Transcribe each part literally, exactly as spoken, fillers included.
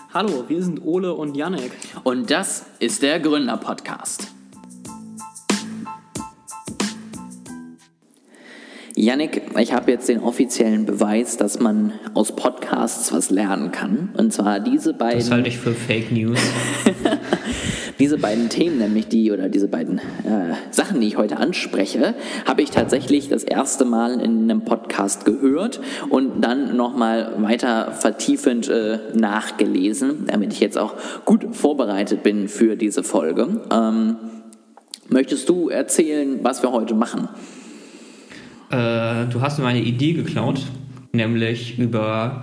Hallo, wir sind Ole und Jannik. Und das ist der Gründer-Podcast. Jannik, ich habe jetzt den offiziellen Beweis, dass man aus Podcasts was lernen kann. Und zwar diese beiden... Das halte ich für Fake News. Diese beiden Themen, nämlich die oder diese beiden äh, Sachen, die ich heute anspreche, habe ich tatsächlich das erste Mal in einem Podcast gehört und dann nochmal weiter vertiefend äh, nachgelesen, damit ich jetzt auch gut vorbereitet bin für diese Folge. Ähm, möchtest du erzählen, was wir heute machen? Äh, du hast mir eine Idee geklaut, nämlich über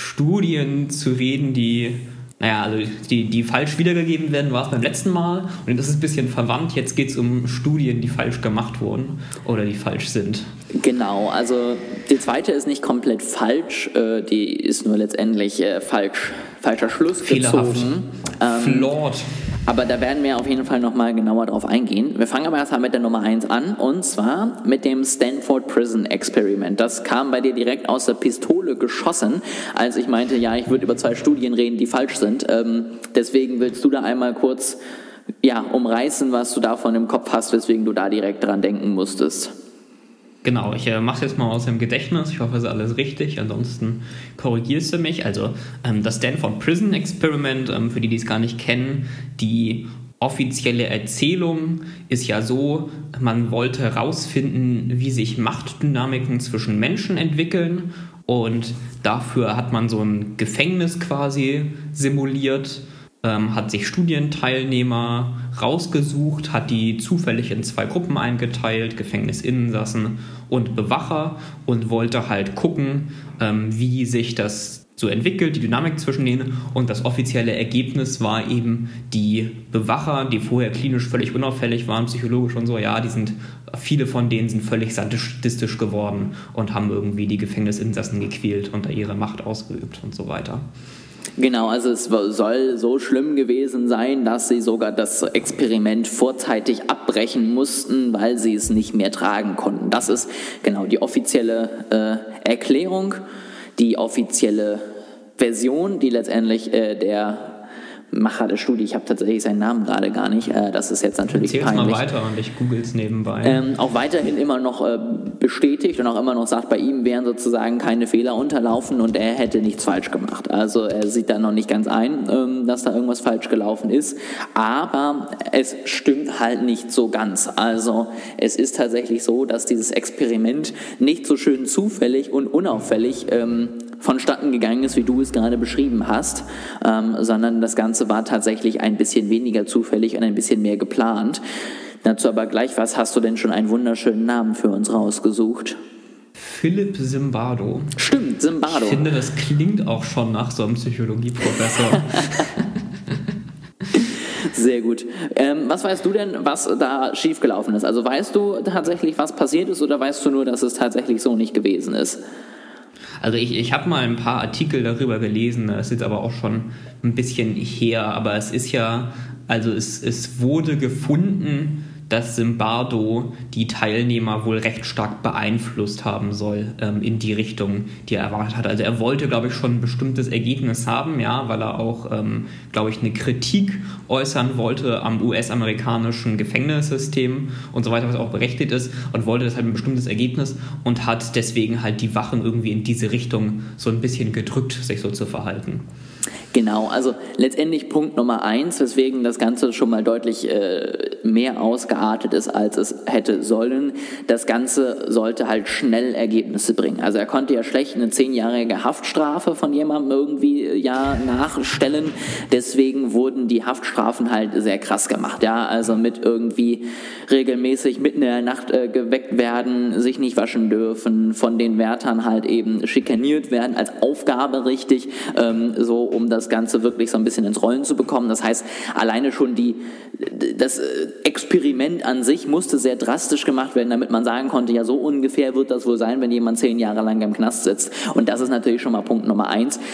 Studien zu reden, die... Naja, also die, die falsch wiedergegeben werden, war es beim letzten Mal. Und das ist ein bisschen verwandt. Jetzt geht es um Studien, die falsch gemacht wurden oder die falsch sind. Genau, also die zweite ist nicht komplett falsch. Äh, die ist nur letztendlich äh, falsch, falscher Schluss gezogen. Ähm, Flawed. Aber da werden wir auf jeden Fall nochmal genauer drauf eingehen. Wir fangen aber erstmal mit der Nummer eins an, und zwar mit dem Stanford Prison Experiment. Das kam bei dir direkt aus der Pistole geschossen, als ich meinte, ja, ich würde über zwei Studien reden, die falsch sind. Ähm, deswegen willst du da einmal kurz ja, umreißen, was du davon im Kopf hast, weswegen du da direkt dran denken musstest. Genau, ich äh, mache es jetzt mal aus dem Gedächtnis. Ich hoffe, es ist alles richtig. Ansonsten korrigierst du mich. Also ähm, das Stanford Prison Experiment, ähm, für die, die es gar nicht kennen, die offizielle Erzählung ist ja so, man wollte herausfinden, wie sich Machtdynamiken zwischen Menschen entwickeln. Und dafür hat man so ein Gefängnis quasi simuliert, ähm, hat sich Studienteilnehmer rausgesucht, hat die zufällig in zwei Gruppen eingeteilt, Gefängnisinsassen und Bewacher, und wollte halt gucken, ähm, wie sich das so entwickelt, die Dynamik zwischen denen. Und das offizielle Ergebnis war eben, die Bewacher, die vorher klinisch völlig unauffällig waren, psychologisch und so, ja, die sind, viele von denen sind völlig sadistisch geworden und haben irgendwie die Gefängnisinsassen gequält und da ihre Macht ausgeübt und so weiter. Genau, also es soll so schlimm gewesen sein, dass sie sogar das Experiment vorzeitig abbrechen mussten, weil sie es nicht mehr tragen konnten. Das ist genau die offizielle äh, Erklärung, die offizielle Version, die letztendlich äh, der Macher der Studie, ich habe tatsächlich seinen Namen gerade gar nicht, äh, das ist jetzt natürlich Erzähl's peinlich. mal weiter und ich google es nebenbei. Ähm, auch weiterhin immer noch äh, bestätigt und auch immer noch sagt, bei ihm wären sozusagen keine Fehler unterlaufen und er hätte nichts falsch gemacht. Also er sieht da noch nicht ganz ein, ähm, dass da irgendwas falsch gelaufen ist, aber es stimmt halt nicht so ganz. Also es ist tatsächlich so, dass dieses Experiment nicht so schön zufällig und unauffällig ähm, vonstatten gegangen ist, wie du es gerade beschrieben hast, ähm, sondern das Ganze war tatsächlich ein bisschen weniger zufällig und ein bisschen mehr geplant. Dazu aber gleich, was hast du denn schon einen wunderschönen Namen für uns rausgesucht? Philipp Zimbardo. Stimmt, Zimbardo. Ich finde, das klingt auch schon nach so einem Psychologieprofessor. Sehr gut. Ähm, was weißt du denn, was da schiefgelaufen ist? Also weißt du tatsächlich, was passiert ist, oder weißt du nur, dass es tatsächlich so nicht gewesen ist? Also ich, ich habe mal ein paar Artikel darüber gelesen, das ist jetzt aber auch schon ein bisschen her, aber es ist ja, also es, es wurde gefunden, dass Zimbardo die Teilnehmer wohl recht stark beeinflusst haben soll ähm, in die Richtung, die er erwartet hat. Also er wollte, glaube ich, schon ein bestimmtes Ergebnis haben, ja, weil er auch, ähm, glaube ich, eine Kritik äußern wollte am U S-amerikanischen Gefängnissystem und so weiter, was auch berechtigt ist, und wollte deshalb ein bestimmtes Ergebnis und hat deswegen halt die Wachen irgendwie in diese Richtung so ein bisschen gedrückt, sich so zu verhalten. Genau, also letztendlich Punkt Nummer eins, weswegen das Ganze schon mal deutlich äh, mehr ausgeartet ist, als es hätte sollen. Das Ganze sollte halt schnell Ergebnisse bringen. Also er konnte ja schlecht eine zehnjährige Haftstrafe von jemandem irgendwie äh, ja nachstellen. Deswegen wurden die Haftstrafen halt sehr krass gemacht. Ja, also mit irgendwie regelmäßig mitten in der Nacht äh, geweckt werden, sich nicht waschen dürfen, von den Wärtern halt eben schikaniert werden, als Aufgabe richtig, ähm, so um das Ganze wirklich so ein bisschen ins Rollen zu bekommen. Das heißt, alleine schon die, das Experiment an sich musste sehr drastisch gemacht werden, damit man sagen konnte, ja, so ungefähr wird das wohl sein, wenn jemand zehn Jahre lang im Knast sitzt. Und das ist natürlich schon mal Punkt Nummer eins.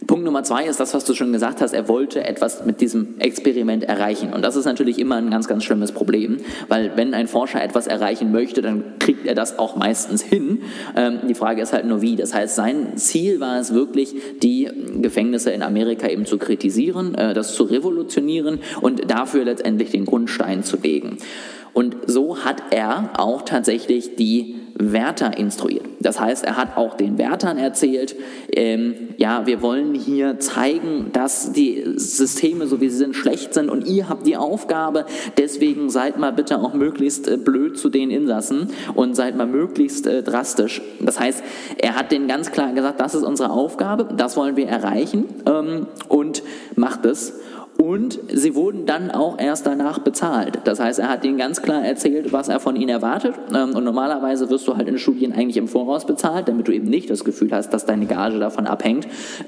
Punkt Nummer zwei ist das, was du schon gesagt hast, er wollte etwas mit diesem Experiment erreichen. Und das ist natürlich immer ein ganz, ganz schlimmes Problem, weil wenn ein Forscher etwas erreichen möchte, dann kriegt er das auch meistens hin. Ähm, die Frage ist halt nur wie. Das heißt, sein Ziel war es wirklich, die Gefängnisse in Amerika eben zu kritisieren, äh, das zu revolutionieren und dafür letztendlich den Grundstein zu legen. Und so hat er auch tatsächlich die Wärter instruiert. Das heißt, er hat auch den Wärtern erzählt, ähm, ja, wir wollen hier zeigen, dass die Systeme, so wie sie sind, schlecht sind und ihr habt die Aufgabe, deswegen seid mal bitte auch möglichst äh, blöd zu den Insassen und seid mal möglichst äh, drastisch. Das heißt, er hat denen ganz klar gesagt, das ist unsere Aufgabe, das wollen wir erreichen ähm, und macht es. Und sie wurden dann auch erst danach bezahlt. Das heißt, er hat ihnen ganz klar erzählt, was er von ihnen erwartet. Und normalerweise wirst du halt in Studien eigentlich im Voraus bezahlt, damit du eben nicht das Gefühl hast, dass deine Gage davon abhängt.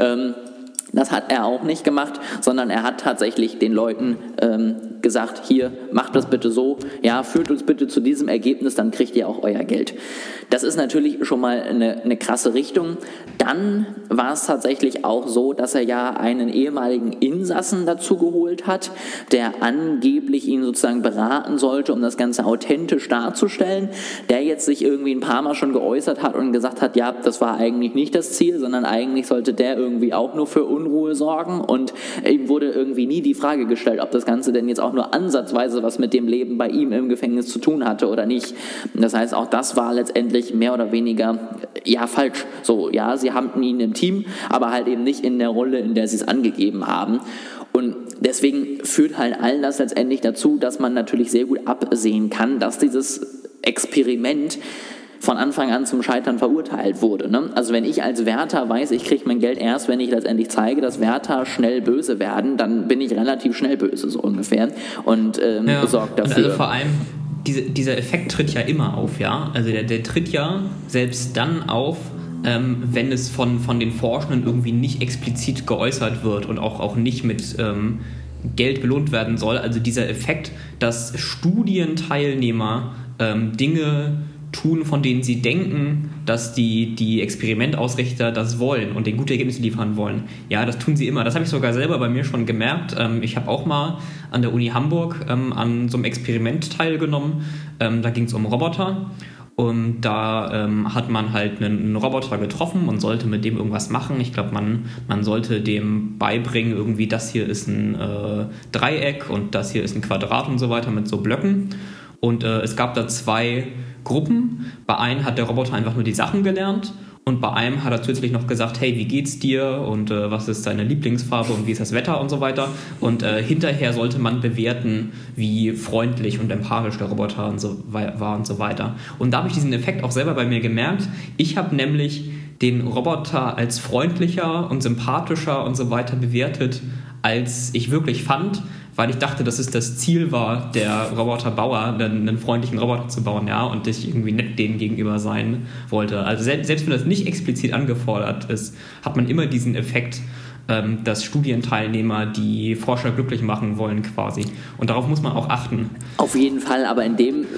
Das hat er auch nicht gemacht, sondern er hat tatsächlich den Leuten ähm, gesagt, hier, macht das bitte so, ja, führt uns bitte zu diesem Ergebnis, dann kriegt ihr auch euer Geld. Das ist natürlich schon mal eine, eine krasse Richtung. Dann war es tatsächlich auch so, dass er ja einen ehemaligen Insassen dazu geholt hat, der angeblich ihn sozusagen beraten sollte, um das Ganze authentisch darzustellen, der jetzt sich irgendwie ein paar Mal schon geäußert hat und gesagt hat, ja, das war eigentlich nicht das Ziel, sondern eigentlich sollte der irgendwie auch nur für Unruhe sorgen und ihm wurde irgendwie nie die Frage gestellt, ob das Ganze denn jetzt auch nur ansatzweise was mit dem Leben bei ihm im Gefängnis zu tun hatte oder nicht. Das heißt, auch das war letztendlich mehr oder weniger, ja, falsch. So, ja, sie haben ihn im Team, aber halt eben nicht in der Rolle, in der sie es angegeben haben. Und deswegen führt halt all das letztendlich dazu, dass man natürlich sehr gut absehen kann, dass dieses Experiment von Anfang an zum Scheitern verurteilt wurde. Ne? Also wenn ich als Wärter weiß, ich kriege mein Geld erst, wenn ich letztendlich zeige, dass Wärter schnell böse werden, dann bin ich relativ schnell böse, so ungefähr, und ähm, ja. sorgt dafür. Und also vor allem, diese, dieser Effekt tritt ja immer auf, ja. Also der, der tritt ja selbst dann auf, ähm, wenn es von, von den Forschenden irgendwie nicht explizit geäußert wird und auch, auch nicht mit ähm, Geld belohnt werden soll. Also dieser Effekt, dass Studienteilnehmer ähm, Dinge tun, von denen sie denken, dass die, die Experimentausrichter das wollen und denen gute Ergebnisse liefern wollen. Ja, das tun sie immer. Das habe ich sogar selber bei mir schon gemerkt. Ähm, ich habe auch mal an der Uni Hamburg ähm, an so einem Experiment teilgenommen. Ähm, da ging es um Roboter. Und da ähm, hat man halt einen, einen Roboter getroffen und sollte mit dem irgendwas machen. Ich glaube, man, man sollte dem beibringen, irgendwie das hier ist ein äh, Dreieck und das hier ist ein Quadrat und so weiter mit so Blöcken. Und äh, es gab da zwei Gruppen. Bei einem hat der Roboter einfach nur die Sachen gelernt und bei einem hat er zusätzlich noch gesagt, hey, wie geht's dir und äh, was ist deine Lieblingsfarbe und wie ist das Wetter und so weiter. Und äh, hinterher sollte man bewerten, wie freundlich und empathisch der Roboter und so war und so weiter. Und da habe ich diesen Effekt auch selber bei mir gemerkt. Ich habe nämlich den Roboter als freundlicher und sympathischer und so weiter bewertet, als ich wirklich fand, weil ich dachte, dass es das Ziel war, der Roboterbauer, einen, einen freundlichen Roboter zu bauen, ja, und ich irgendwie nett denen gegenüber sein wollte. Also selbst, selbst wenn das nicht explizit angefordert ist, hat man immer diesen Effekt, ähm, dass Studienteilnehmer die Forscher glücklich machen wollen quasi. Und darauf muss man auch achten. Auf jeden Fall, aber in dem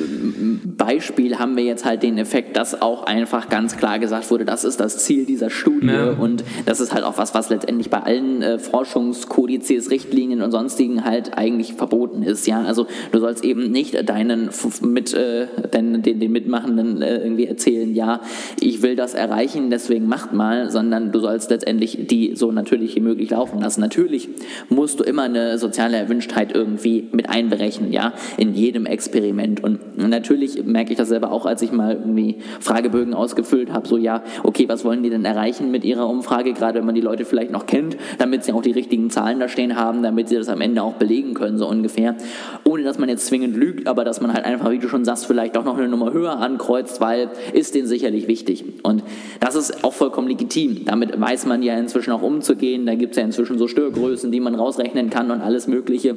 Beispiel haben wir jetzt halt den Effekt, dass auch einfach ganz klar gesagt wurde, das ist das Ziel dieser Studie, ja. Und das ist halt auch was, was letztendlich bei allen äh, Forschungskodizes, Richtlinien und sonstigen halt eigentlich verboten ist, ja, also du sollst eben nicht deinen mit äh, den, den, den Mitmachenden äh, irgendwie erzählen, ja, ich will das erreichen, deswegen macht mal, sondern du sollst letztendlich die so natürlich wie möglich laufen lassen. Natürlich musst du immer eine soziale Erwünschtheit irgendwie mit einberechnen, ja, in jedem Experiment. Und natürlich merke ich das selber auch, als ich mal irgendwie Fragebögen ausgefüllt habe, so ja, okay, was wollen die denn erreichen mit ihrer Umfrage, gerade wenn man die Leute vielleicht noch kennt, damit sie auch die richtigen Zahlen da stehen haben, damit sie das am Ende auch belegen können, so ungefähr. Ohne, dass man jetzt zwingend lügt, aber dass man halt einfach, wie du schon sagst, vielleicht auch noch eine Nummer höher ankreuzt, weil ist denen sicherlich wichtig. Und das ist auch vollkommen legitim. Damit weiß man ja inzwischen auch umzugehen. Da gibt es ja inzwischen so Störgrößen, die man rausrechnen kann und alles Mögliche.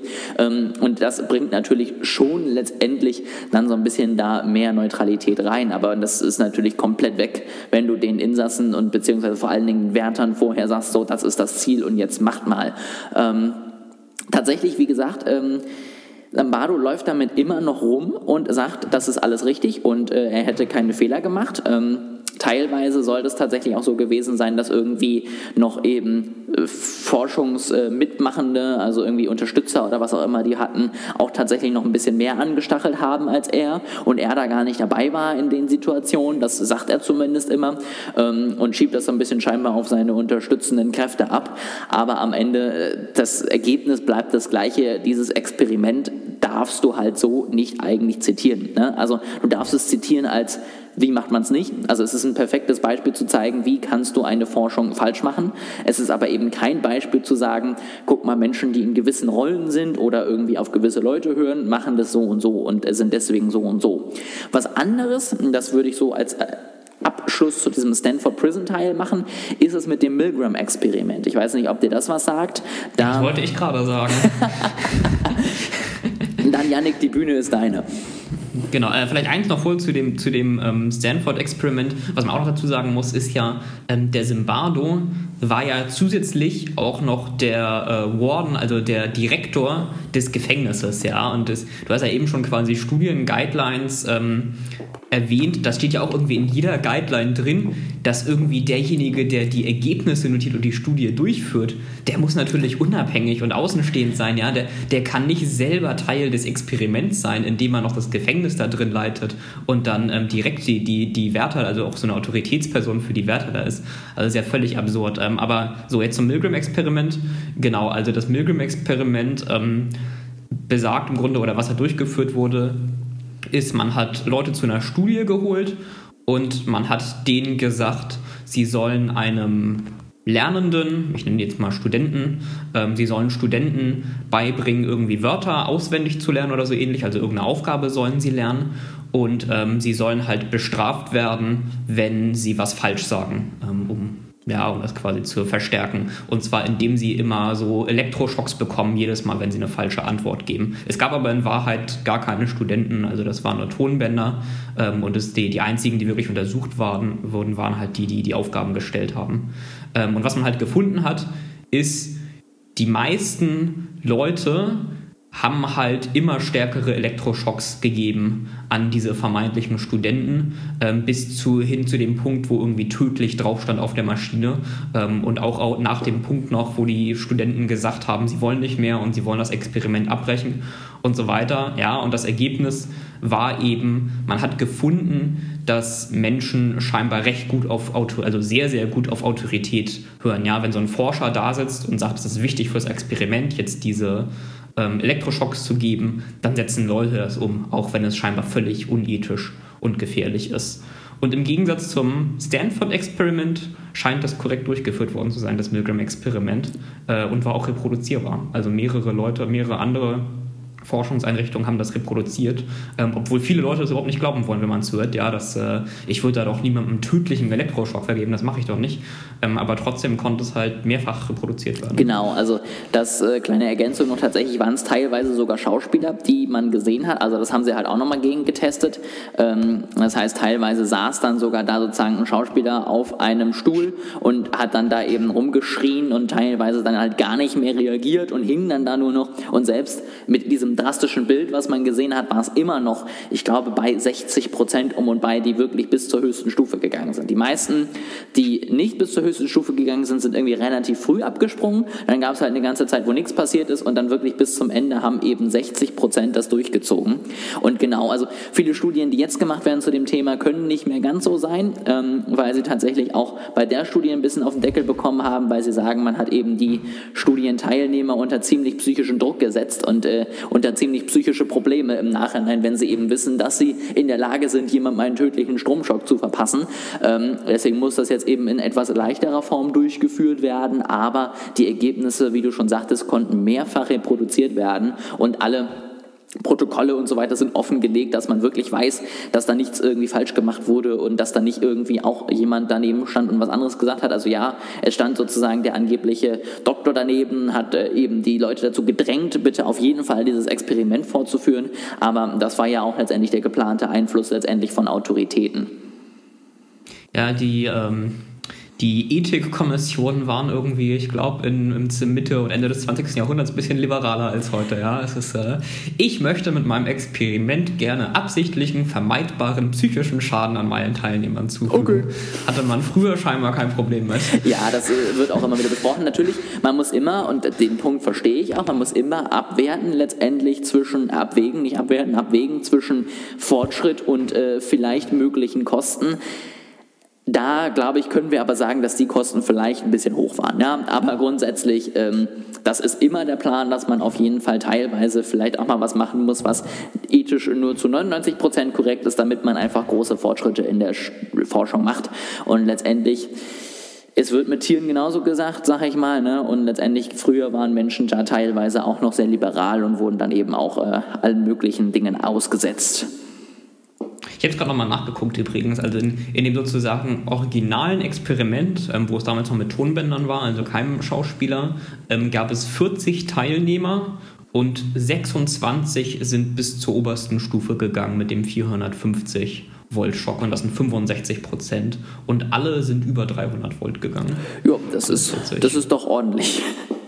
Und das bringt natürlich schon letztendlich dann so ein bisschen da mehr Neutralität rein. Aber das ist natürlich komplett weg, wenn du den Insassen und beziehungsweise vor allen Dingen Wärtern vorher sagst, so, das ist das Ziel und jetzt macht mal. Ähm, tatsächlich, wie gesagt, ähm, Lombardo läuft damit immer noch rum und sagt, das ist alles richtig und äh, er hätte keine Fehler gemacht. Ähm, teilweise sollte es tatsächlich auch so gewesen sein, dass irgendwie noch eben äh, Forschungsmitmachende, äh, also irgendwie Unterstützer oder was auch immer die hatten, auch tatsächlich noch ein bisschen mehr angestachelt haben als er und er da gar nicht dabei war in den Situationen, das sagt er zumindest immer, ähm, und schiebt das so ein bisschen scheinbar auf seine unterstützenden Kräfte ab, aber am Ende äh, das Ergebnis bleibt das gleiche, dieses Experiment darfst du halt so nicht eigentlich zitieren, ne? Also du darfst es zitieren als wie macht man es nicht? Also es ist ein perfektes Beispiel zu zeigen, wie kannst du eine Forschung falsch machen. Es ist aber eben kein Beispiel zu sagen, guck mal, Menschen, die in gewissen Rollen sind oder irgendwie auf gewisse Leute hören, machen das so und so und sind deswegen so und so. Was anderes, das würde ich so als Abschluss zu diesem Stanford-Prison-Teil machen, ist es mit dem Milgram-Experiment. Ich weiß nicht, ob dir das was sagt. Da das wollte ich gerade sagen. Dann, Yannick, die Bühne ist deine. Genau, äh, vielleicht eins noch vor zu dem, zu dem ähm, Stanford-Experiment. Was man auch noch dazu sagen muss, ist ja, ähm, der Zimbardo war ja zusätzlich auch noch der äh, Warden, also der Direktor des Gefängnisses, ja. Und das, du hast ja eben schon quasi Studien-Guidelines ähm, erwähnt. Das steht ja auch irgendwie in jeder Guideline drin, dass irgendwie derjenige, der die Ergebnisse notiert und die Studie durchführt, der muss natürlich unabhängig und außenstehend sein, ja. Der, der kann nicht selber Teil des Experiments sein, indem er noch das Gefängnis da drin leitet und dann ähm, direkt die, die, die Wärter, also auch so eine Autoritätsperson für die Wärter da ist. Also ist ja völlig absurd. Ähm, aber so, jetzt zum Milgram-Experiment. Genau, also das Milgram-Experiment ähm, besagt im Grunde, oder was da durchgeführt wurde, ist, man hat Leute zu einer Studie geholt und man hat denen gesagt, sie sollen einem Lernenden, ich nenne jetzt mal Studenten, ähm, sie sollen Studenten beibringen, irgendwie Wörter auswendig zu lernen oder so ähnlich, also irgendeine Aufgabe sollen sie lernen und ähm, sie sollen halt bestraft werden, wenn sie was falsch sagen, ähm, um Ja, um das quasi zu verstärken. Und zwar, indem sie immer so Elektroschocks bekommen, jedes Mal, wenn sie eine falsche Antwort geben. Es gab aber in Wahrheit gar keine Studenten, also das waren nur Tonbänder. Ähm, und das, die, die einzigen, die wirklich untersucht waren, wurden, waren halt die, die die Aufgaben gestellt haben. Ähm, und was man halt gefunden hat, ist, die meisten Leute haben halt immer stärkere Elektroschocks gegeben an diese vermeintlichen Studenten, ähm, bis zu, hin zu dem Punkt, wo irgendwie tödlich drauf stand auf der Maschine, ähm, und auch, auch nach dem Punkt noch, wo die Studenten gesagt haben, sie wollen nicht mehr und sie wollen das Experiment abbrechen und so weiter. Ja, und das Ergebnis war eben, man hat gefunden, dass Menschen scheinbar recht gut auf Auto, also sehr, sehr gut auf Autorität hören. Ja, wenn so ein Forscher da sitzt und sagt, es ist wichtig fürs Experiment, jetzt diese ähm, Elektroschocks zu geben, dann setzen Leute das um, auch wenn es scheinbar völlig unethisch und gefährlich ist. Und im Gegensatz zum Stanford-Experiment scheint das korrekt durchgeführt worden zu sein, das Milgram-Experiment, äh, und war auch reproduzierbar. Also mehrere Leute, mehrere andere Forschungseinrichtungen haben das reproduziert, ähm, obwohl viele Leute das überhaupt nicht glauben wollen, wenn man es hört. Ja, dass, äh, ich würde da doch niemandem einen tödlichen Elektroschock vergeben, das mache ich doch nicht. Ähm, aber trotzdem konnte es halt mehrfach reproduziert werden. Genau, also das äh, kleine Ergänzung noch, tatsächlich waren es teilweise sogar Schauspieler, die man gesehen hat. Also das haben sie halt auch nochmal gegen getestet. Ähm, das heißt, teilweise saß dann sogar da sozusagen ein Schauspieler auf einem Stuhl und hat dann da eben rumgeschrien und teilweise dann halt gar nicht mehr reagiert und hing dann da nur noch. Und selbst mit diesem drastischen Bild, was man gesehen hat, war es immer noch, ich glaube, bei sechzig Prozent um und bei, die wirklich bis zur höchsten Stufe gegangen sind. Die meisten, die nicht bis zur höchsten Stufe gegangen sind, sind irgendwie relativ früh abgesprungen. Dann gab es halt eine ganze Zeit, wo nichts passiert ist und dann wirklich bis zum Ende haben eben sechzig Prozent das durchgezogen. Und genau, also viele Studien, die jetzt gemacht werden zu dem Thema, können nicht mehr ganz so sein, ähm, weil sie tatsächlich auch bei der Studie ein bisschen auf den Deckel bekommen haben, weil sie sagen, man hat eben die Studienteilnehmer unter ziemlich psychischen Druck gesetzt und äh, unter ziemlich psychische Probleme im Nachhinein, wenn sie eben wissen, dass sie in der Lage sind, jemandem einen tödlichen Stromschock zu verpassen. Ähm, deswegen muss das jetzt eben in etwas leichterer Form durchgeführt werden, aber die Ergebnisse, wie du schon sagtest, konnten mehrfach reproduziert werden und alle Protokolle und so weiter sind offengelegt, dass man wirklich weiß, dass da nichts irgendwie falsch gemacht wurde und dass da nicht irgendwie auch jemand daneben stand und was anderes gesagt hat. Also ja, es stand sozusagen der angebliche Doktor daneben, hat äh, eben die Leute dazu gedrängt, bitte auf jeden Fall dieses Experiment fortzuführen, aber das war ja auch letztendlich der geplante Einfluss letztendlich von Autoritäten. Ja, die, ähm, die Ethikkommissionen waren irgendwie, ich glaube, in, in Mitte und Ende des zwanzigsten Jahrhunderts ein bisschen liberaler als heute. Ja, es ist, äh, ich möchte mit meinem Experiment gerne absichtlichen, vermeidbaren psychischen Schaden an meinen Teilnehmern zufügen. Okay. Hatte man früher scheinbar kein Problem mit. Ja, das äh, wird auch immer wieder besprochen. Natürlich, man muss immer, und den Punkt verstehe ich auch, man muss immer abwerten letztendlich zwischen, abwägen, nicht abwerten, abwägen zwischen Fortschritt und äh, vielleicht möglichen Kosten. Da, glaube ich, können wir aber sagen, dass die Kosten vielleicht ein bisschen hoch waren. Ja? Aber grundsätzlich, ähm, das ist immer der Plan, dass man auf jeden Fall teilweise vielleicht auch mal was machen muss, was ethisch nur zu neunundneunzig Prozent korrekt ist, damit man einfach große Fortschritte in der Forschung macht. Und letztendlich, es wird mit Tieren genauso gesagt, sage ich mal. Ne? Und letztendlich, früher waren Menschen da teilweise auch noch sehr liberal und wurden dann eben auch äh, allen möglichen Dingen ausgesetzt. Ich habe es gerade nochmal nachgeguckt übrigens, also in, in dem sozusagen originalen Experiment, ähm, wo es damals noch mit Tonbändern war, also keinem Schauspieler, ähm, gab es vierzig Teilnehmer und sechsundzwanzig sind bis zur obersten Stufe gegangen mit dem vierhundertfünfzig Volt Schock und das sind fünfundsechzig Prozent und alle sind über dreihundert Volt gegangen. Ja, das ist, das ist doch ordentlich.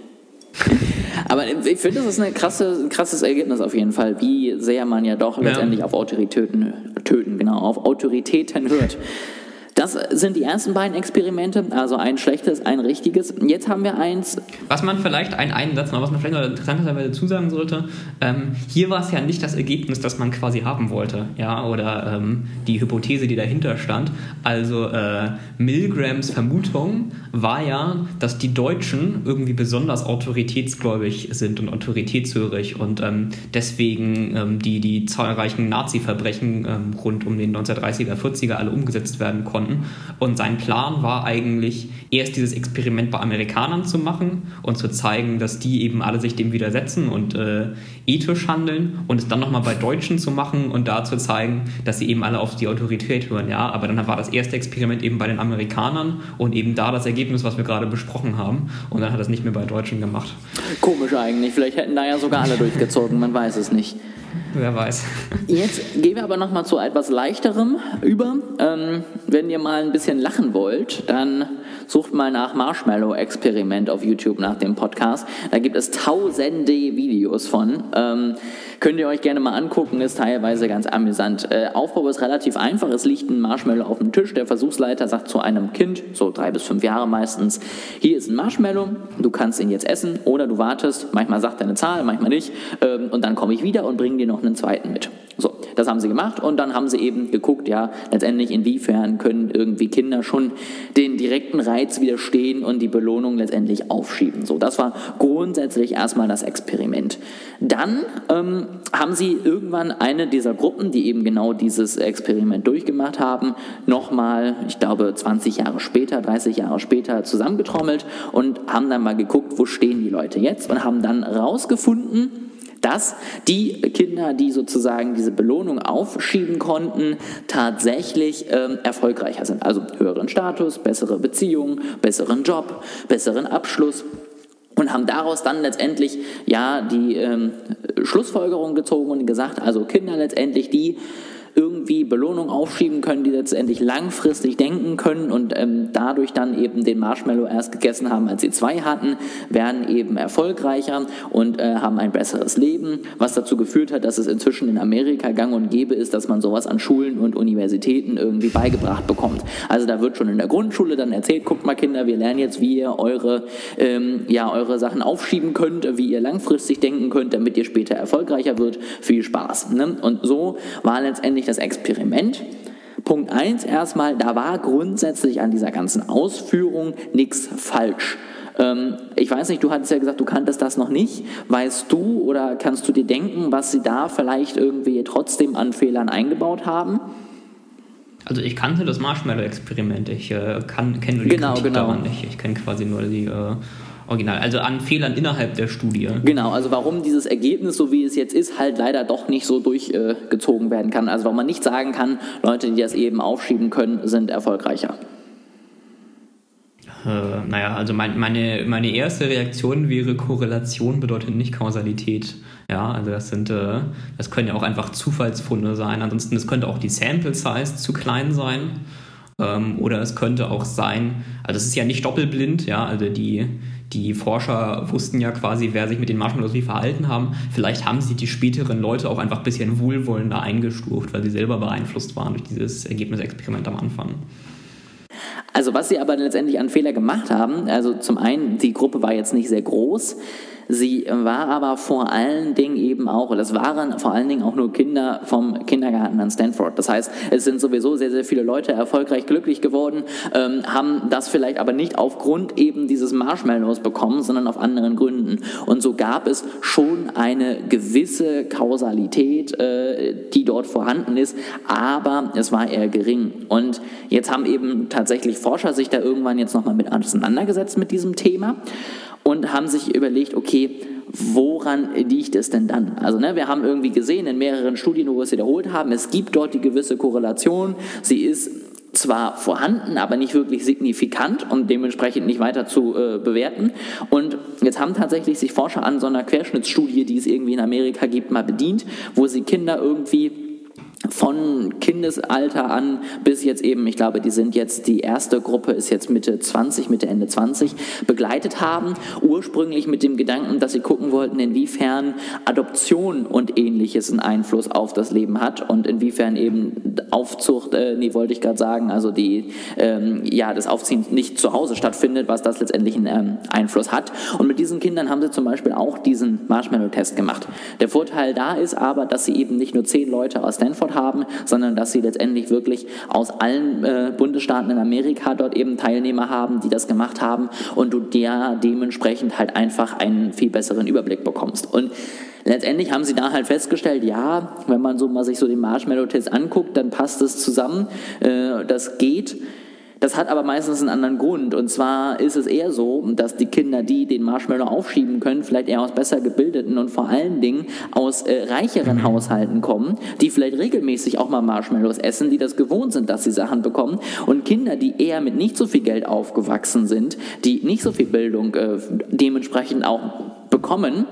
Aber ich finde, das ist eine krasse, ein krasses Ergebnis auf jeden Fall, wie sehr man ja doch letztendlich ja. auf Autoritäten, töten, genau, auf Autoritäten hört. Das sind die ersten beiden Experimente, also ein schlechtes, ein richtiges. Jetzt haben wir eins. Was man vielleicht, einen, einen Satz noch, was man vielleicht noch interessanterweise zusagen sollte, ähm, hier war es ja nicht das Ergebnis, das man quasi haben wollte, ja, oder ähm, die Hypothese, die dahinter stand. Also äh, Milgrams Vermutung war ja, dass die Deutschen irgendwie besonders autoritätsgläubig sind und autoritätshörig und ähm, deswegen ähm, die, die zahlreichen Nazi-Verbrechen ähm, rund um den neunzehnhundertdreißiger, vierziger alle umgesetzt werden konnten. Und sein Plan war eigentlich, erst dieses Experiment bei Amerikanern zu machen und zu zeigen, dass die eben alle sich dem widersetzen und äh, ethisch handeln und es dann nochmal bei Deutschen zu machen und da zu zeigen, dass sie eben alle auf die Autorität hören. Ja, aber dann war das erste Experiment eben bei den Amerikanern und eben da das Ergebnis, was wir gerade besprochen haben. Und dann hat er es nicht mehr bei Deutschen gemacht. Komisch eigentlich. Vielleicht hätten da ja sogar alle durchgezogen. Man weiß es nicht. Wer weiß. Jetzt gehen wir aber nochmal zu etwas Leichterem über. Ähm, wenn ihr mal ein bisschen lachen wollt, dann sucht mal nach Marshmallow-Experiment auf YouTube nach dem Podcast. Da gibt es tausende Videos von. Ähm, könnt ihr euch gerne mal angucken, ist teilweise ganz amüsant. Äh, Aufbau ist relativ einfach. Es liegt ein Marshmallow auf dem Tisch. Der Versuchsleiter sagt zu einem Kind, so drei bis fünf Jahre meistens, hier ist ein Marshmallow, du kannst ihn jetzt essen oder du wartest. Manchmal sagt er eine Zahl, manchmal nicht. Ähm, und dann komme ich wieder und bringe dir noch einen zweiten mit. So, das haben sie gemacht und dann haben sie eben geguckt, ja, letztendlich inwiefern können irgendwie Kinder schon den direkten Reiz widerstehen und die Belohnung letztendlich aufschieben. So, das war grundsätzlich erstmal das Experiment. Dann ähm, haben sie irgendwann eine dieser Gruppen, die eben genau dieses Experiment durchgemacht haben, nochmal, ich glaube zwanzig Jahre später, dreißig Jahre später zusammengetrommelt und haben dann mal geguckt, wo stehen die Leute jetzt und haben dann rausgefunden, dass die Kinder, die sozusagen diese Belohnung aufschieben konnten, tatsächlich ähm, erfolgreicher sind. Also höheren Status, bessere Beziehungen, besseren Job, besseren Abschluss. Und haben daraus dann letztendlich ja die ähm, Schlussfolgerung gezogen und gesagt, also Kinder letztendlich, die irgendwie Belohnung aufschieben können, die letztendlich langfristig denken können und ähm, dadurch dann eben den Marshmallow erst gegessen haben, als sie zwei hatten, werden eben erfolgreicher und äh, haben ein besseres Leben, was dazu geführt hat, dass es inzwischen in Amerika gang und gäbe ist, dass man sowas an Schulen und Universitäten irgendwie beigebracht bekommt. Also da wird schon in der Grundschule dann erzählt, guckt mal Kinder, wir lernen jetzt, wie ihr eure, ähm, ja, eure Sachen aufschieben könnt, wie ihr langfristig denken könnt, damit ihr später erfolgreicher wird. Viel Spaß. Ne? Und so war letztendlich das Experiment. Punkt eins erstmal, da war grundsätzlich an dieser ganzen Ausführung nichts falsch. Ähm, ich weiß nicht, du hattest ja gesagt, du kanntest das noch nicht. Weißt du oder kannst du dir denken, was sie da vielleicht irgendwie trotzdem an Fehlern eingebaut haben? Also ich kannte das Marshmallow-Experiment, ich äh, kenne nur die genau, Kritik genau. daran nicht. Ich kenne quasi nur die äh, Original, also an Fehlern innerhalb der Studie. Genau, also warum dieses Ergebnis, so wie es jetzt ist, halt leider doch nicht so durchgezogen äh, werden kann. Also warum man nicht sagen kann, Leute, die das eben aufschieben können, sind erfolgreicher. Äh, naja, also mein, meine, meine erste Reaktion wäre, Korrelation bedeutet nicht Kausalität. Ja, also das sind, äh, das können ja auch einfach Zufallsfunde sein. Ansonsten, es könnte auch die Sample Size zu klein sein. Ähm, oder es könnte auch sein, also es ist ja nicht doppelblind, ja, also die, die Forscher wussten ja quasi, wer sich mit den Marshmallows wie verhalten haben. Vielleicht haben sie die späteren Leute auch einfach ein bisschen wohlwollender eingestuft, weil sie selber beeinflusst waren durch dieses Ergebnisexperiment am Anfang. Also was sie aber letztendlich an Fehler gemacht haben, also zum einen, die Gruppe war jetzt nicht sehr groß, sie war aber vor allen Dingen eben auch, und das waren vor allen Dingen auch nur Kinder vom Kindergarten an Stanford. Das heißt, es sind sowieso sehr, sehr viele Leute erfolgreich glücklich geworden, ähm, haben das vielleicht aber nicht aufgrund eben dieses Marshmallows bekommen, sondern auf anderen Gründen. Und so gab es schon eine gewisse Kausalität, äh, die dort vorhanden ist, aber es war eher gering. Und jetzt haben eben tatsächlich Forscher sich da irgendwann jetzt nochmal mit auseinandergesetzt mit diesem Thema und haben sich überlegt, okay, woran liegt es denn dann? Also ne, wir haben irgendwie gesehen in mehreren Studien, wo wir es wiederholt haben, es gibt dort die gewisse Korrelation, sie ist zwar vorhanden, aber nicht wirklich signifikant und dementsprechend nicht weiter zu äh, bewerten. Und jetzt haben tatsächlich sich Forscher an so einer Querschnittsstudie, die es irgendwie in Amerika gibt, mal bedient, wo sie Kinder irgendwie von Kindesalter an bis jetzt eben, ich glaube, die sind jetzt, die erste Gruppe ist jetzt Mitte zwanzig, Mitte, Ende zwanzig, begleitet haben, ursprünglich mit dem Gedanken, dass sie gucken wollten, inwiefern Adoption und Ähnliches einen Einfluss auf das Leben hat und inwiefern eben Aufzucht, äh, nee, wollte ich gerade sagen, also die, ähm, ja, das Aufziehen nicht zu Hause stattfindet, was das letztendlich einen ähm, Einfluss hat. Und mit diesen Kindern haben sie zum Beispiel auch diesen Marshmallow-Test gemacht. Der Vorteil da ist aber, dass sie eben nicht nur zehn Leute aus Stanford haben, sondern dass sie letztendlich wirklich aus allen äh, Bundesstaaten in Amerika dort eben Teilnehmer haben, die das gemacht haben und du der dementsprechend halt einfach einen viel besseren Überblick bekommst. Und letztendlich haben sie da halt festgestellt, ja, wenn man so mal sich so den Marshmallow-Test anguckt, dann passt es zusammen, äh, das geht. Das hat aber meistens einen anderen Grund. Und zwar ist es eher so, dass die Kinder, die den Marshmallow aufschieben können, vielleicht eher aus besser gebildeten und vor allen Dingen aus äh, reicheren Haushalten kommen, die vielleicht regelmäßig auch mal Marshmallows essen, die das gewohnt sind, dass sie Sachen bekommen. Und Kinder, die eher mit nicht so viel Geld aufgewachsen sind, die nicht so viel Bildung äh, dementsprechend auch bekommen,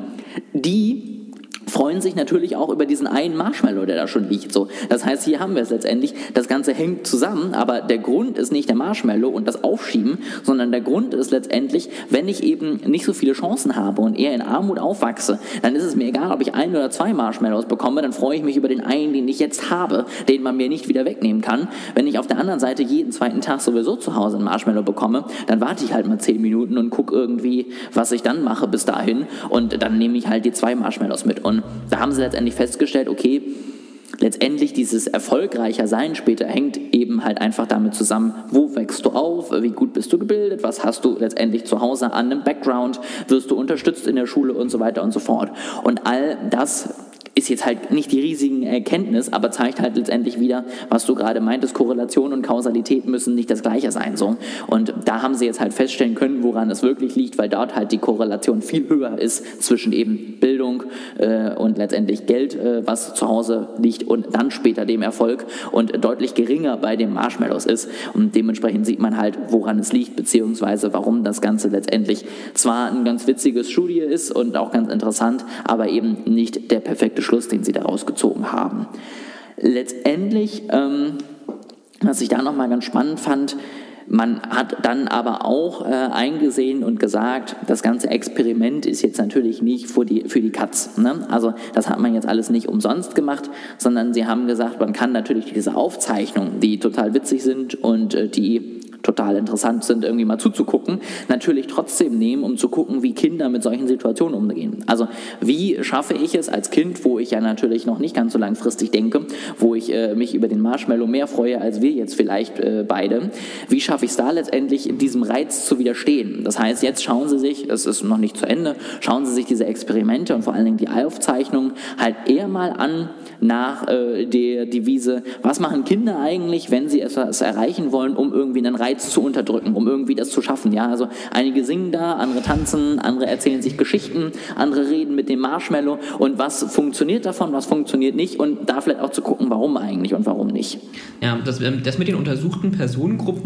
die freuen sich natürlich auch über diesen einen Marshmallow, der da schon liegt. So, das heißt, hier haben wir es letztendlich, das Ganze hängt zusammen, aber der Grund ist nicht der Marshmallow und das Aufschieben, sondern der Grund ist letztendlich, wenn ich eben nicht so viele Chancen habe und eher in Armut aufwachse, dann ist es mir egal, ob ich ein oder zwei Marshmallows bekomme, dann freue ich mich über den einen, den ich jetzt habe, den man mir nicht wieder wegnehmen kann. Wenn ich auf der anderen Seite jeden zweiten Tag sowieso zu Hause einen Marshmallow bekomme, dann warte ich halt mal zehn Minuten und gucke irgendwie, was ich dann mache bis dahin und dann nehme ich halt die zwei Marshmallows mit. Und da haben sie letztendlich festgestellt, okay, letztendlich dieses erfolgreicher Sein später hängt eben halt einfach damit zusammen, wo wächst du auf, wie gut bist du gebildet, was hast du letztendlich zu Hause an einem Background, wirst du unterstützt in der Schule und so weiter und so fort. Und all das ist jetzt halt nicht die riesigen Erkenntnis, aber zeigt halt letztendlich wieder, was du gerade meintest, Korrelation und Kausalität müssen nicht das Gleiche sein. So. Und da haben sie jetzt halt feststellen können, woran es wirklich liegt, weil dort halt die Korrelation viel höher ist zwischen eben Bildung äh, und letztendlich Geld, äh, was zu Hause liegt und dann später dem Erfolg und deutlich geringer bei den Marshmallows ist. Und dementsprechend sieht man halt, woran es liegt, beziehungsweise warum das Ganze letztendlich zwar ein ganz witziges Studie ist und auch ganz interessant, aber eben nicht der perfekte Schluss, den sie daraus gezogen haben. Letztendlich, ähm, was ich da nochmal ganz spannend fand, man hat dann aber auch äh, eingesehen und gesagt, das ganze Experiment ist jetzt natürlich nicht für die, für die Katz. Ne? Also das hat man jetzt alles nicht umsonst gemacht, sondern sie haben gesagt, man kann natürlich diese Aufzeichnungen, die total witzig sind und äh, die total interessant sind, irgendwie mal zuzugucken, natürlich trotzdem nehmen, um zu gucken, wie Kinder mit solchen Situationen umgehen. Also wie schaffe ich es als Kind, wo ich ja natürlich noch nicht ganz so langfristig denke, wo ich äh, mich über den Marshmallow mehr freue, als wir jetzt vielleicht äh, beide, wie schaffe ich es da letztendlich, diesem Reiz zu widerstehen? Das heißt, jetzt schauen Sie sich, es ist noch nicht zu Ende, schauen Sie sich diese Experimente und vor allen Dingen die Aufzeichnungen halt eher mal an nach äh, der Devise, was machen Kinder eigentlich, wenn sie etwas erreichen wollen, um irgendwie einen Reiz zu unterdrücken, um irgendwie das zu schaffen. Ja, also einige singen da, andere tanzen, andere erzählen sich Geschichten, andere reden mit dem Marshmallow und was funktioniert davon, was funktioniert nicht und da vielleicht auch zu gucken, warum eigentlich und warum nicht. Ja, das, das mit den untersuchten Personengruppen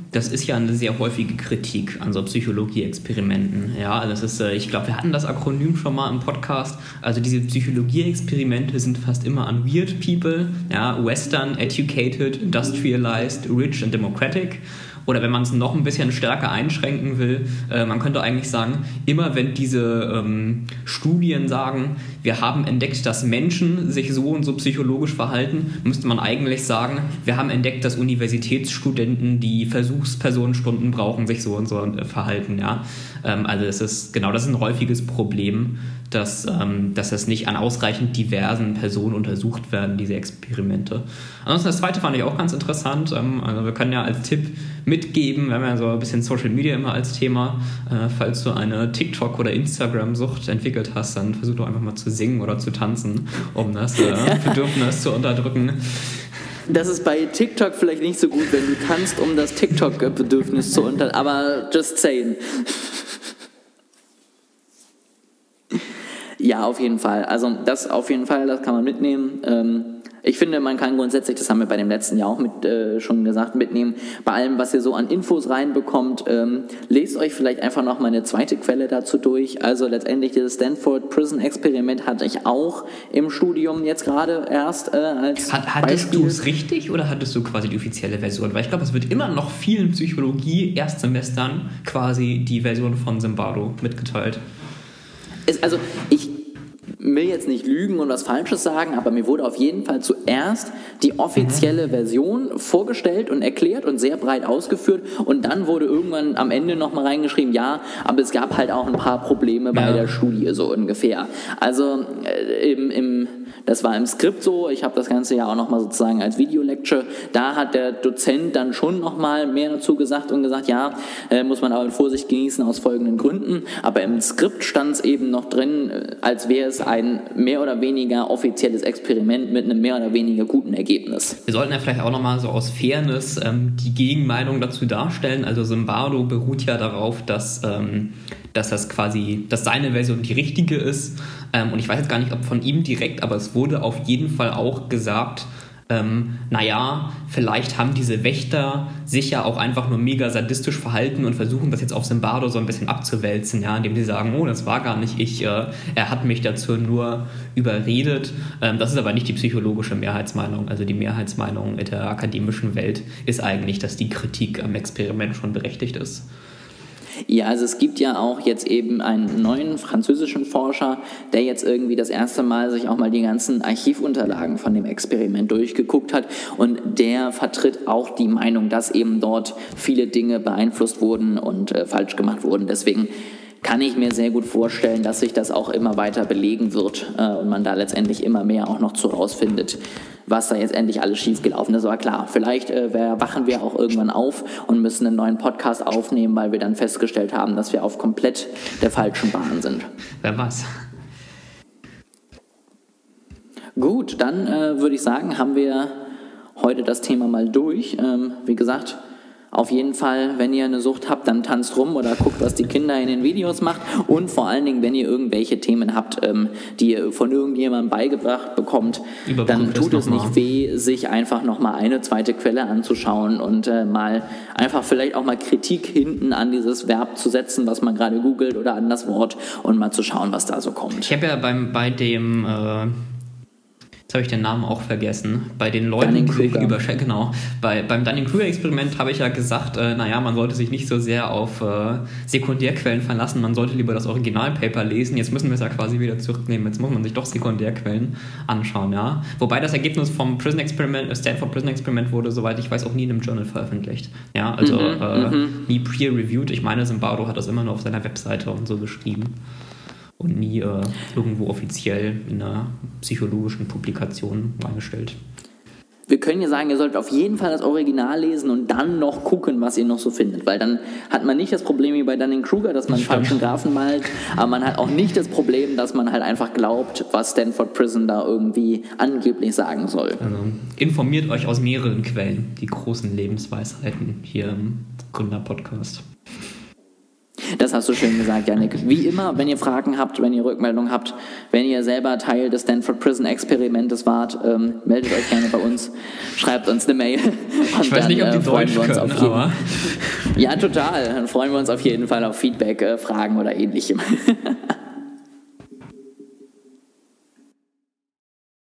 das ist ja eine sehr häufige Kritik an so Psychologie-Experimenten. Ja, das ist, ich glaube, wir hatten das Akronym schon mal im Podcast. Also diese Psychologie-Experimente sind fast immer an Weird People, ja, Western, Educated, Industrialized, Rich and Democratic. Oder wenn man es noch ein bisschen stärker einschränken will, äh, man könnte eigentlich sagen, immer wenn diese ähm, Studien sagen, wir haben entdeckt, dass Menschen sich so und so psychologisch verhalten, müsste man eigentlich sagen, wir haben entdeckt, dass Universitätsstudenten, die Versuchspersonenstunden brauchen, sich so und so äh, verhalten. Ja? Ähm, also das ist, genau, das ist ein häufiges Problem, dass, ähm, dass das nicht an ausreichend diversen Personen untersucht werden, diese Experimente. Ansonsten das zweite fand ich auch ganz interessant. Ähm, also wir können ja als Tipp mitgeben, wir haben ja so ein bisschen Social Media immer als Thema, äh, falls du eine TikTok- oder Instagram-Sucht entwickelt hast, dann versuch doch einfach mal zu singen oder zu tanzen, um das äh, Bedürfnis zu unterdrücken. Das ist bei TikTok vielleicht nicht so gut, wenn du tanzt, um das TikTok-Bedürfnis zu unter... Aber just saying. Ja, auf jeden Fall. Also das auf jeden Fall, das kann man mitnehmen. Ähm, ich finde, man kann grundsätzlich, das haben wir bei dem letzten Jahr auch mit, äh, schon gesagt, mitnehmen, bei allem, was ihr so an Infos reinbekommt, ähm, lest euch vielleicht einfach noch mal eine zweite Quelle dazu durch. Also letztendlich dieses Stanford Prison Experiment hatte ich auch im Studium jetzt gerade erst äh, als Hat, Hattest du es richtig oder hattest du quasi die offizielle Version? Weil ich glaube, es wird immer noch vielen Psychologie-Erstsemestern quasi die Version von Zimbardo mitgeteilt. Es, also ich will jetzt nicht lügen und was Falsches sagen, aber mir wurde auf jeden Fall zuerst die offizielle mhm. Version vorgestellt und erklärt und sehr breit ausgeführt und dann wurde irgendwann am Ende nochmal reingeschrieben, ja, aber es gab halt auch ein paar Probleme bei ja. der Studie, so ungefähr. Also äh, im, im das war im Skript so, ich habe das Ganze ja auch nochmal sozusagen als Video-Lecture, da hat der Dozent dann schon nochmal mehr dazu gesagt und gesagt, ja, äh, muss man aber mit Vorsicht genießen aus folgenden Gründen, aber im Skript stand es eben noch drin, als wäre es ein mehr oder weniger offizielles Experiment mit einem mehr oder weniger guten Ergebnis. Wir sollten ja vielleicht auch nochmal so aus Fairness ähm, die Gegenmeinung dazu darstellen, also Zimbardo beruht ja darauf, dass, ähm, dass das quasi, dass seine Version die richtige ist ähm, und ich weiß jetzt gar nicht, ob von ihm direkt, aber es wurde auf jeden Fall auch gesagt, ähm, naja, vielleicht haben diese Wächter sich ja auch einfach nur mega sadistisch verhalten und versuchen das jetzt auf Zimbardo so ein bisschen abzuwälzen, ja, indem sie sagen, oh, das war gar nicht ich, äh, er hat mich dazu nur überredet. Ähm, das ist aber nicht die psychologische Mehrheitsmeinung. Also die Mehrheitsmeinung in der akademischen Welt ist eigentlich, dass die Kritik am Experiment schon berechtigt ist. Ja, also es gibt ja auch jetzt eben einen neuen französischen Forscher, der jetzt irgendwie das erste Mal sich auch mal die ganzen Archivunterlagen von dem Experiment durchgeguckt hat und der vertritt auch die Meinung, dass eben dort viele Dinge beeinflusst wurden und äh, falsch gemacht wurden. Deswegen kann ich mir sehr gut vorstellen, dass sich das auch immer weiter belegen wird äh, und man da letztendlich immer mehr auch noch zu rausfindet, was da jetzt endlich alles schiefgelaufen ist. Aber klar, vielleicht äh, wachen wir auch irgendwann auf und müssen einen neuen Podcast aufnehmen, weil wir dann festgestellt haben, dass wir auf komplett der falschen Bahn sind. Wer weiß. Gut, dann äh, würde ich sagen, haben wir heute das Thema mal durch. Ähm, wie gesagt, auf jeden Fall, wenn ihr eine Sucht habt, dann tanzt rum oder guckt, was die Kinder in den Videos macht und vor allen Dingen, wenn ihr irgendwelche Themen habt, ähm, die ihr von irgendjemandem beigebracht bekommt, dann tut es nicht weh, sich einfach nochmal eine zweite Quelle anzuschauen und äh, mal einfach vielleicht auch mal Kritik hinten an dieses Verb zu setzen, was man gerade googelt oder an das Wort und mal zu schauen, was da so kommt. Ich habe ja beim, bei dem... Äh Jetzt habe ich den Namen auch vergessen. Bei den Leuten, die sich überschätzen, genau. Bei, beim Dunning-Kruger-Experiment habe ich ja gesagt, äh, naja, man sollte sich nicht so sehr auf äh, Sekundärquellen verlassen, man sollte lieber das Originalpaper lesen. Jetzt müssen wir es ja quasi wieder zurücknehmen. Jetzt muss man sich doch Sekundärquellen anschauen, ja. Wobei das Ergebnis vom Prison Experiment, Stanford Prison Experiment wurde, soweit ich weiß, auch nie in einem Journal veröffentlicht. Ja, also mhm, äh, mhm. nie peer-reviewed. Ich meine, Zimbardo hat das immer nur auf seiner Webseite und so geschrieben. Und nie äh, irgendwo offiziell in einer psychologischen Publikation eingestellt. Wir können ja sagen, ihr solltet auf jeden Fall das Original lesen und dann noch gucken, was ihr noch so findet. Weil dann hat man nicht das Problem wie bei Dunning-Kruger, dass man einen falschen Graphen malt, aber man hat auch nicht das Problem, dass man halt einfach glaubt, was Stanford Prison da irgendwie angeblich sagen soll. Also, informiert euch aus mehreren Quellen, die großen Lebensweisheiten hier im Gründer-Podcast. Das hast du schön gesagt, Yannick. Wie immer, wenn ihr Fragen habt, wenn ihr Rückmeldungen habt, wenn ihr selber Teil des Stanford Prison Experimentes wart, ähm, meldet euch gerne bei uns. schreibt uns eine Mail. Und ich weiß nicht, ob die äh, freuen Deutsch wir uns können, auf jeden, aber... Ja, total. Dann freuen wir uns auf jeden Fall auf Feedback, äh, Fragen oder ähnlichem.